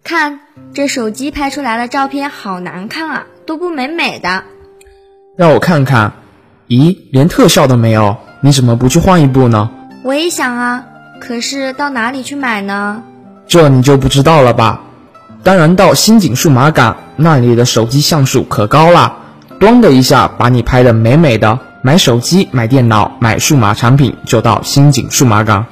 看，这手机拍出来的照片好难看啊，都不美美的。 让我看看。咦，连特效都没有，你怎么不去换一部呢？ 我也想啊，可是到哪里去买呢？ 这你就不知道了吧？当然到新景数码港，那里的手机像素可高啦，咣的一下把你拍得美美的。买手机、买电脑、买数码产品就到新景数码港。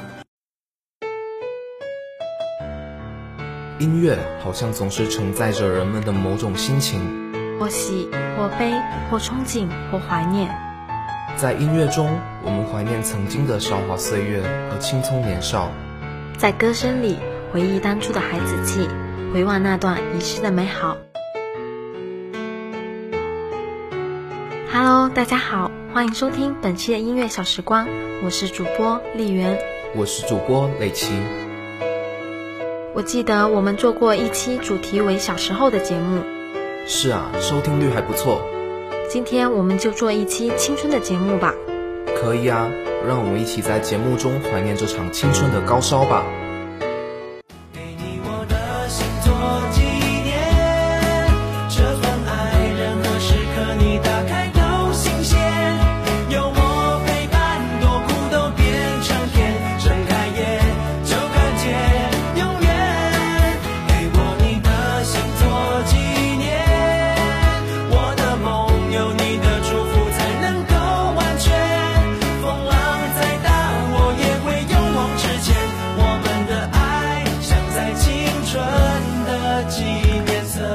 音乐好像总是承载着人们的某种心情， 或喜或悲，或憧憬或怀念。 在音乐中，我们怀念曾经的韶华岁月和青葱年少， 在歌声里回忆当初的孩子气，回望那段遗失的美好。Hello， 大家好，欢迎收听本期的音乐小时光，我是主播丽媛， 我是主播磊奇。 我记得我们做过一期主题为小时候的节目， 是啊，收听率还不错。 今天我们就做一期青春的节目吧。 可以啊，让我们一起在节目中怀念这场青春的高烧吧。 给你我的心做纪念，这份爱任何时刻你打开都新鲜，有我陪伴，多苦都变成甜，睁开眼就看见永远。给我你的心做纪念，我的梦有你的祝福才能够完全。风浪再大我也会勇往直前，我们的爱像在青春的纪念册。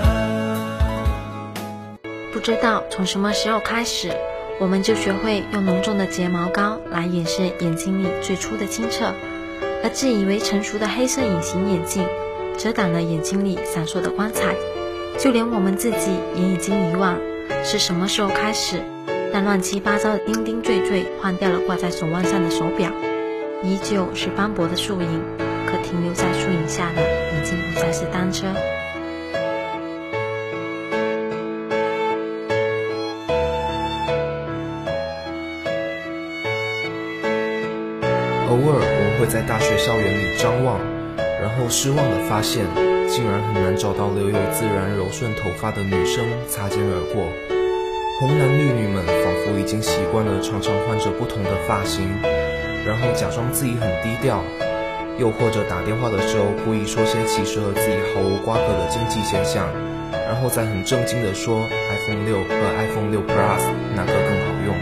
不知道从什么时候开始，我们就学会用浓重的睫毛膏来掩饰眼睛里最初的清澈，而自以为成熟的黑色隐形眼镜遮挡了眼睛里闪烁的光彩。就连我们自己也已经遗忘，是什么时候开始让乱七八糟的钉钉坠坠换掉了挂在手腕上的手表，依旧是斑驳的树影，可停留在树影下的已经不再是单车。 偶尔我们会在大学校园里张望，然后失望地发现竟然很难找到留有自然柔顺头发的女生擦肩而过。红男绿女们仿佛已经习惯了常常换着不同的发型，然后假装自己很低调，又或者打电话的时候故意说些其实和自己毫无瓜葛的经济现象，然后再很正经地说 iPhone 6和 iPhone 6 Plus 哪个更好用。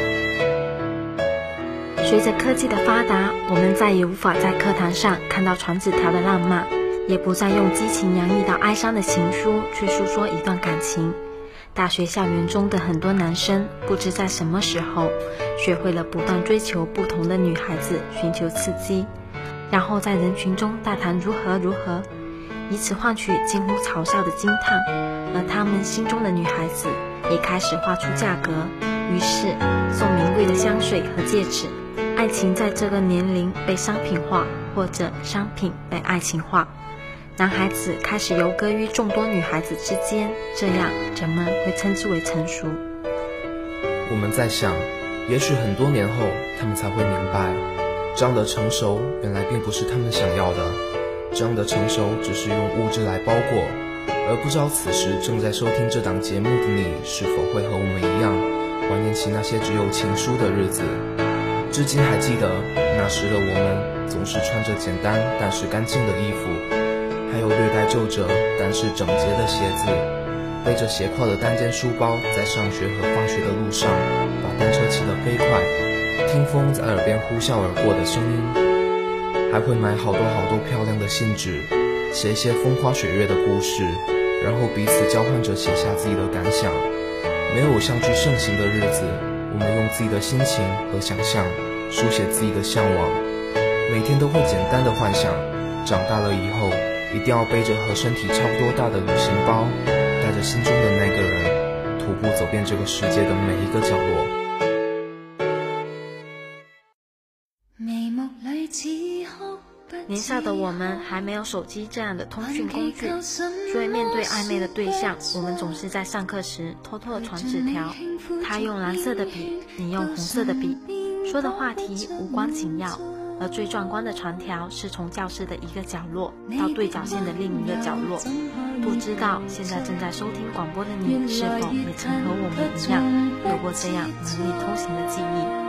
随着科技的发达，我们再也无法在课堂上看到传纸条的浪漫，也不再用激情洋溢到哀伤的情书去诉说一段感情。大学校园中的很多男生不知在什么时候学会了不断追求不同的女孩子，寻求刺激，然后在人群中大谈如何如何，以此换取近乎嘲笑的惊叹，而他们心中的女孩子也开始画出价格，于是送名贵的香水和戒指。爱情在这个年龄被商品化，或者商品被爱情化，男孩子开始游歌于众多女孩子之间，这样人们会称之为成熟。 我们在想，也许很多年后他们才会明白，这样的成熟原来并不是他们想要的，这样的成熟只是用物质来包裹，而不知道此时正在收听这档节目的你是否会和我们一样怀念起那些只有情书的日子。至今还记得那时的我们总是穿着简单但是干净的衣服，还有略带皱褶但是整洁的鞋子，背着斜挎的单肩书包，在上学和放学的路上把单车骑得飞快，听风在耳边呼啸而过的声音，还会买好多漂亮的信纸，写一些风花雪月的故事，然后彼此交换着写下自己的感想。没有相聚盛行的日子，我们用自己的心情和想象书写自己的向往，每天都会简单的幻想，长大了以后一定要背着和身体差不多大的旅行包，带着心中的那个人，徒步走遍这个世界的每一个角落。 年少的我们还没有手机这样的通讯工具，所以面对暧昧的对象，我们总是在上课时偷偷的传纸条，他用蓝色的笔，你用红色的笔，说的话题无关紧要，而而最壮观的传条是从教室的一个角落到对角线的另一个角落。不知道现在正在收听广播的你，是否也曾和我们一样，有过这样能力通行的记忆？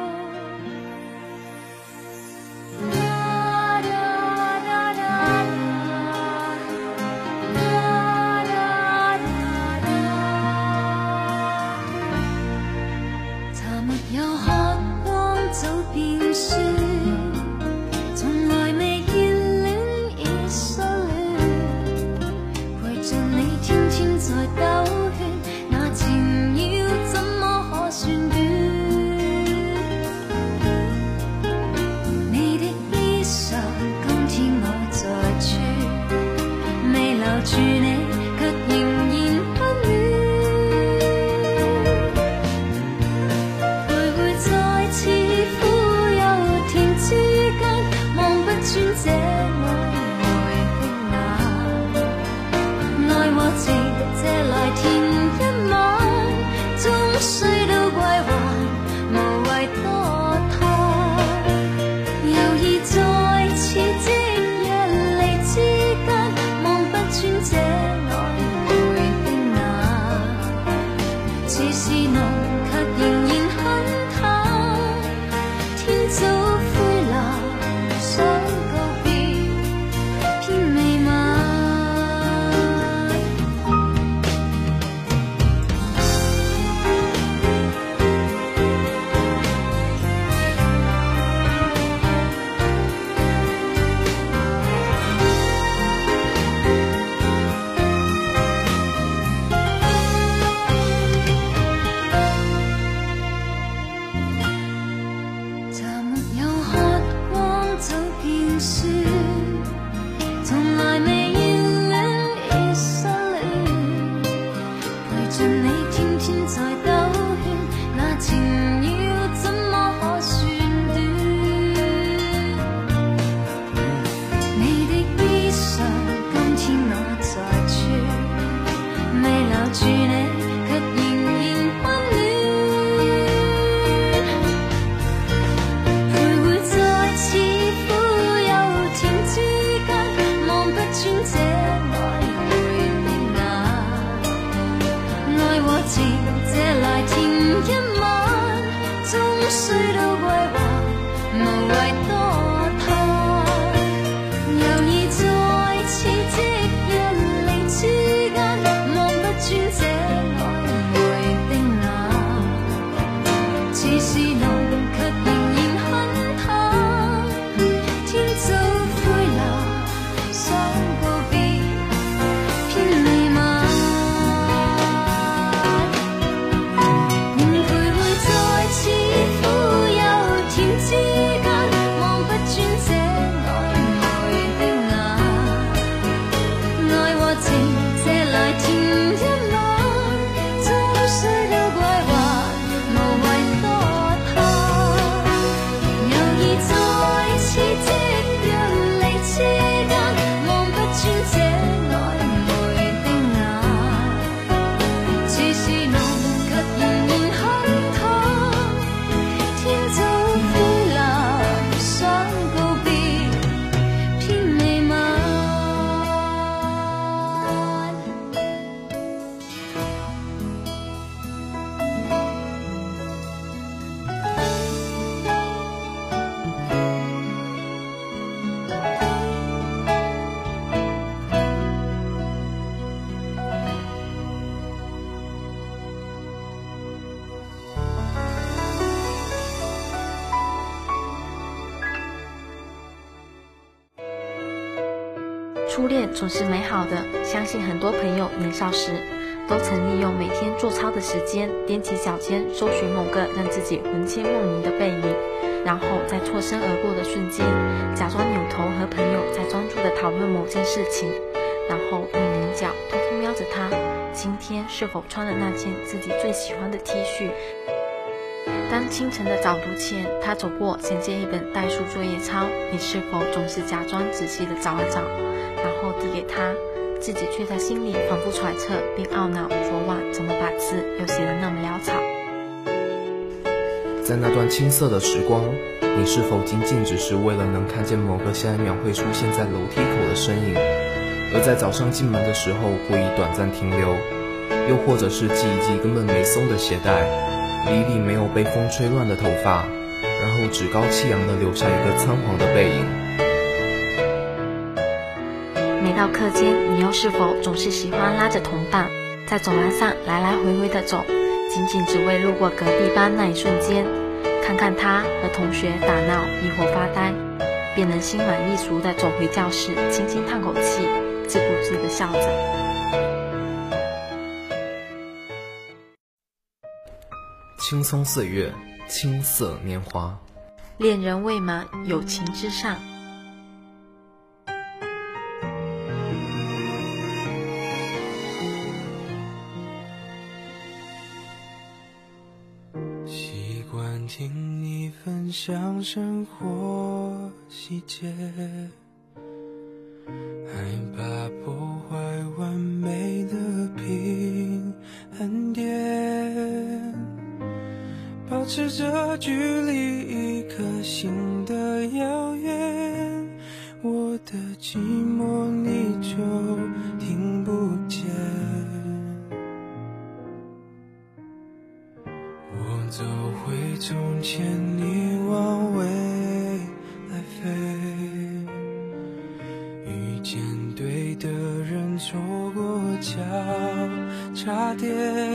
初恋总是美好的，相信很多朋友年少时都曾利用每天做操的时间，踮起脚尖搜寻某个让自己魂牵梦萦的背影，然后在错身而过的瞬间，假装扭头和朋友在专注地讨论某件事情，然后用眼角偷偷瞄着他今天是否穿了那件自己最喜欢的 T 恤。当清晨的早读前，他走过衔接一本代数作业抄，你是否总是假装仔细地找了找，然后递给他，自己却在心里反复揣测并懊恼昨晚怎么把字又写得那么潦草。 在那段青涩的时光，你是否仅仅只是为了能看见某个下一秒会出现在楼梯口的身影，而在早上进门的时候故意短暂停留？又或者是系一系根本没松的鞋带，理理没有被风吹乱的头发，然后趾高气扬地留下一个仓皇的背影？ 每到课间，你又是否总是喜欢拉着同伴在走廊上来来回回地走，仅仅只为路过隔壁班那一瞬间，看看他和同学打闹亦或发呆，便能心满意足地走回教室，轻轻叹口气，自顾自地笑着。 青松岁月，青涩年华， 恋人未满，友情之上。 习惯听你分享生活细节，害怕破坏完美的平衡点，保持着距离一颗心的遥远，我的寂寞你就听不见。我走回从前，你往未来飞，遇见对的人，错过交叉点，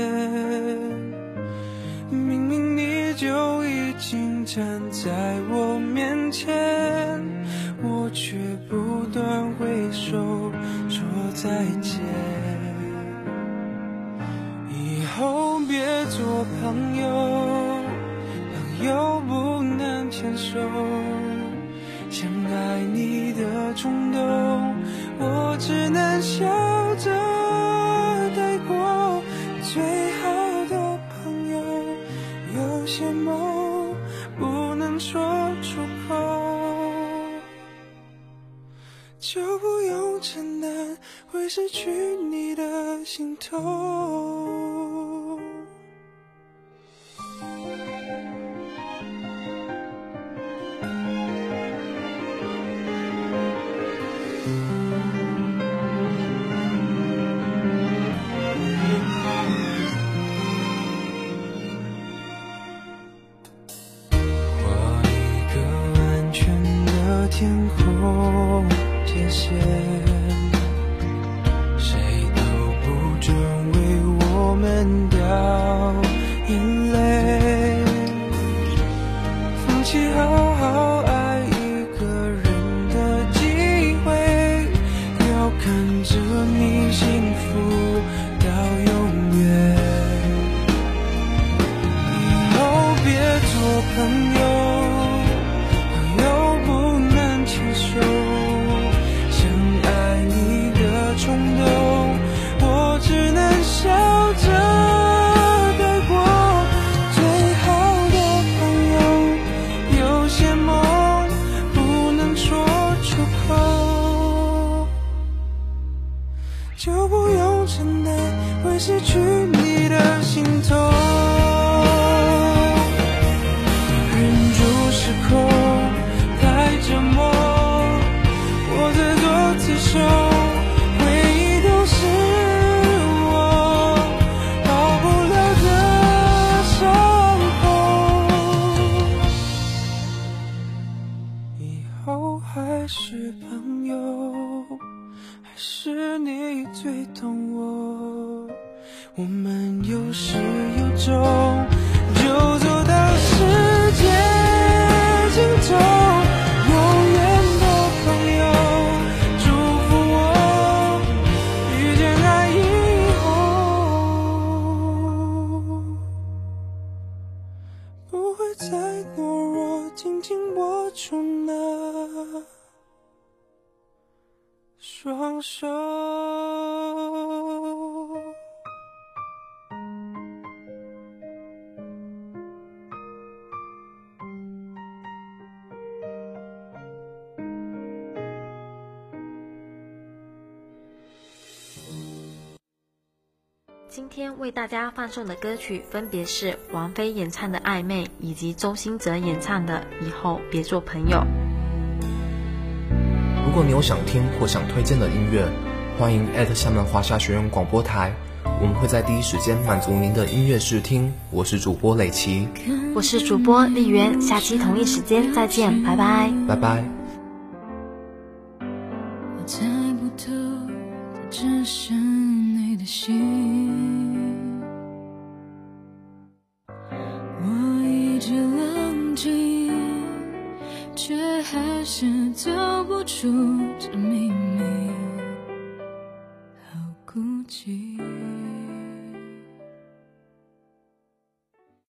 明明你就已经站在我面前，我却不断挥手说再见。以后别做朋友，朋友不能牵手，想爱你的冲动，我只能笑着带过。最好的朋友，有些梦不能说出口，就不用承担会失去你的心痛。画一个安全的天空界限，谁都不准为我们掉眼泪，放弃好好爱一个人的机会，要看着你幸福到永远。以后别做朋友，朋友不能牵手，想爱你的冲动，我只能笑着带过。最好的朋友，有些梦不能说出口，就不用承担会失去你的心痛。忍住失控太折磨，我自作自受，回忆都是我好不了的伤口。以后还是朋友，还是你最懂我，我们有始有终，就走到世界尽头。永远的朋友，祝福我遇见爱以后，不会再懦弱，紧紧握住那双手。 今天为大家放送的歌曲分别是王菲演唱的《暧昧》以及周兴哲演唱的《以后别做朋友》。 如果你有想听或想推荐的音乐，欢迎厦门华夏学院广播台，我们会在第一时间满足您的音乐试听。我是主播磊奇， 我是主播丽媛，下期同一时间再见，拜拜， 拜拜。 我猜不透的只是你的心，我一直冷静，却还是走不出这秘密。